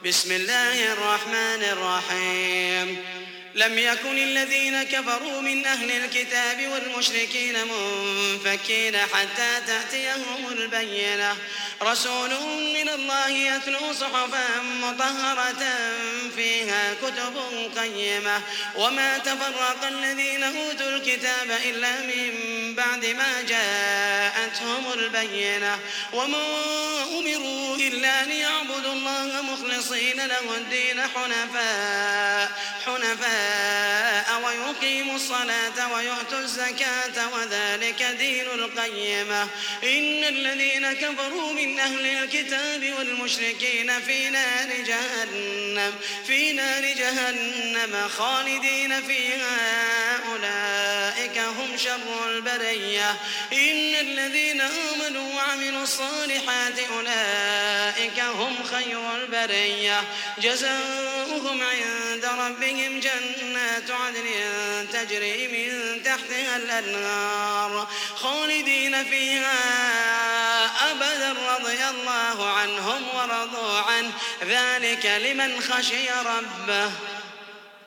بسم الله الرحمن الرحيم. لم يكن الذين كفروا من أهل الكتاب والمشركين منفكين حتى تأتيهم البينة. رسول من الله يتلو صحفا مطهرة فيها كتب قيمة. وما تفرق الذين أوتوا الكتاب إلا من بعد ما جاءتهم البينة. وما أمروا إلا ليعبدوا الله مخلصين له الدين حنفاء ويقيموا الصلاة ويؤتوا الزكاة وذلك دين القيمة. إن الذين كفروا من أهل الكتاب والمشركين في نار جهنم خالدين فيها أولئك هم شر البرية. إن الذين آمنوا وعملوا الصالحات أولئك هم خير البرية. جزاؤهم عند ربهم جنات عدن تجري من تحتها الأنهار خالدين فيها أبدا رضي الله عنهم ورضوا عنه ذلك لمن خشي ربه.